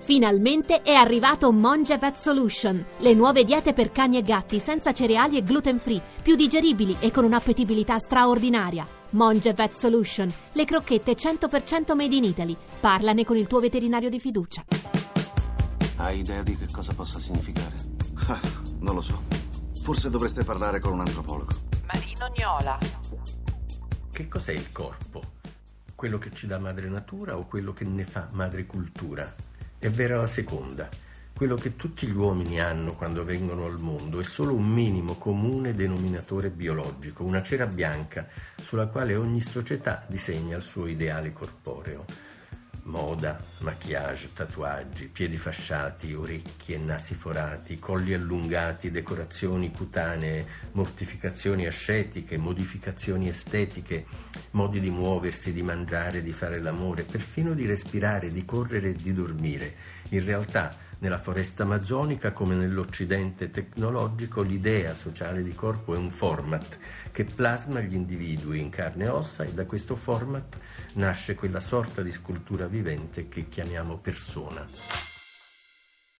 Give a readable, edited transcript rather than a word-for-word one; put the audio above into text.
Finalmente è arrivato Monge Vet Solution, le nuove diete per cani e gatti senza cereali e gluten free, più digeribili e con un'appetibilità straordinaria. Monge Vet Solution, le crocchette 100% made in Italy. Parlane con il tuo veterinario di fiducia. Hai idea di che cosa possa significare? Non lo so. Forse dovreste parlare con un antropologo. Marino Gnola. Che cos'è il corpo? Quello che ci dà madre natura o quello che ne fa madre cultura? È vera la seconda. Quello che tutti gli uomini hanno quando vengono al mondo è solo un minimo comune denominatore biologico, una cera bianca sulla quale ogni società disegna il suo ideale corporeo. Moda, maquillage, tatuaggi, piedi fasciati, orecchie e nasi forati, colli allungati, decorazioni cutanee, mortificazioni ascetiche, modificazioni estetiche, modi di muoversi, di mangiare, di fare l'amore, perfino di respirare, di correre e di dormire. In realtà, nella foresta amazzonica, come nell'Occidente tecnologico, l'idea sociale di corpo è un format che plasma gli individui in carne e ossa, e da questo format nasce quella sorta di scultura vivente che chiamiamo persona.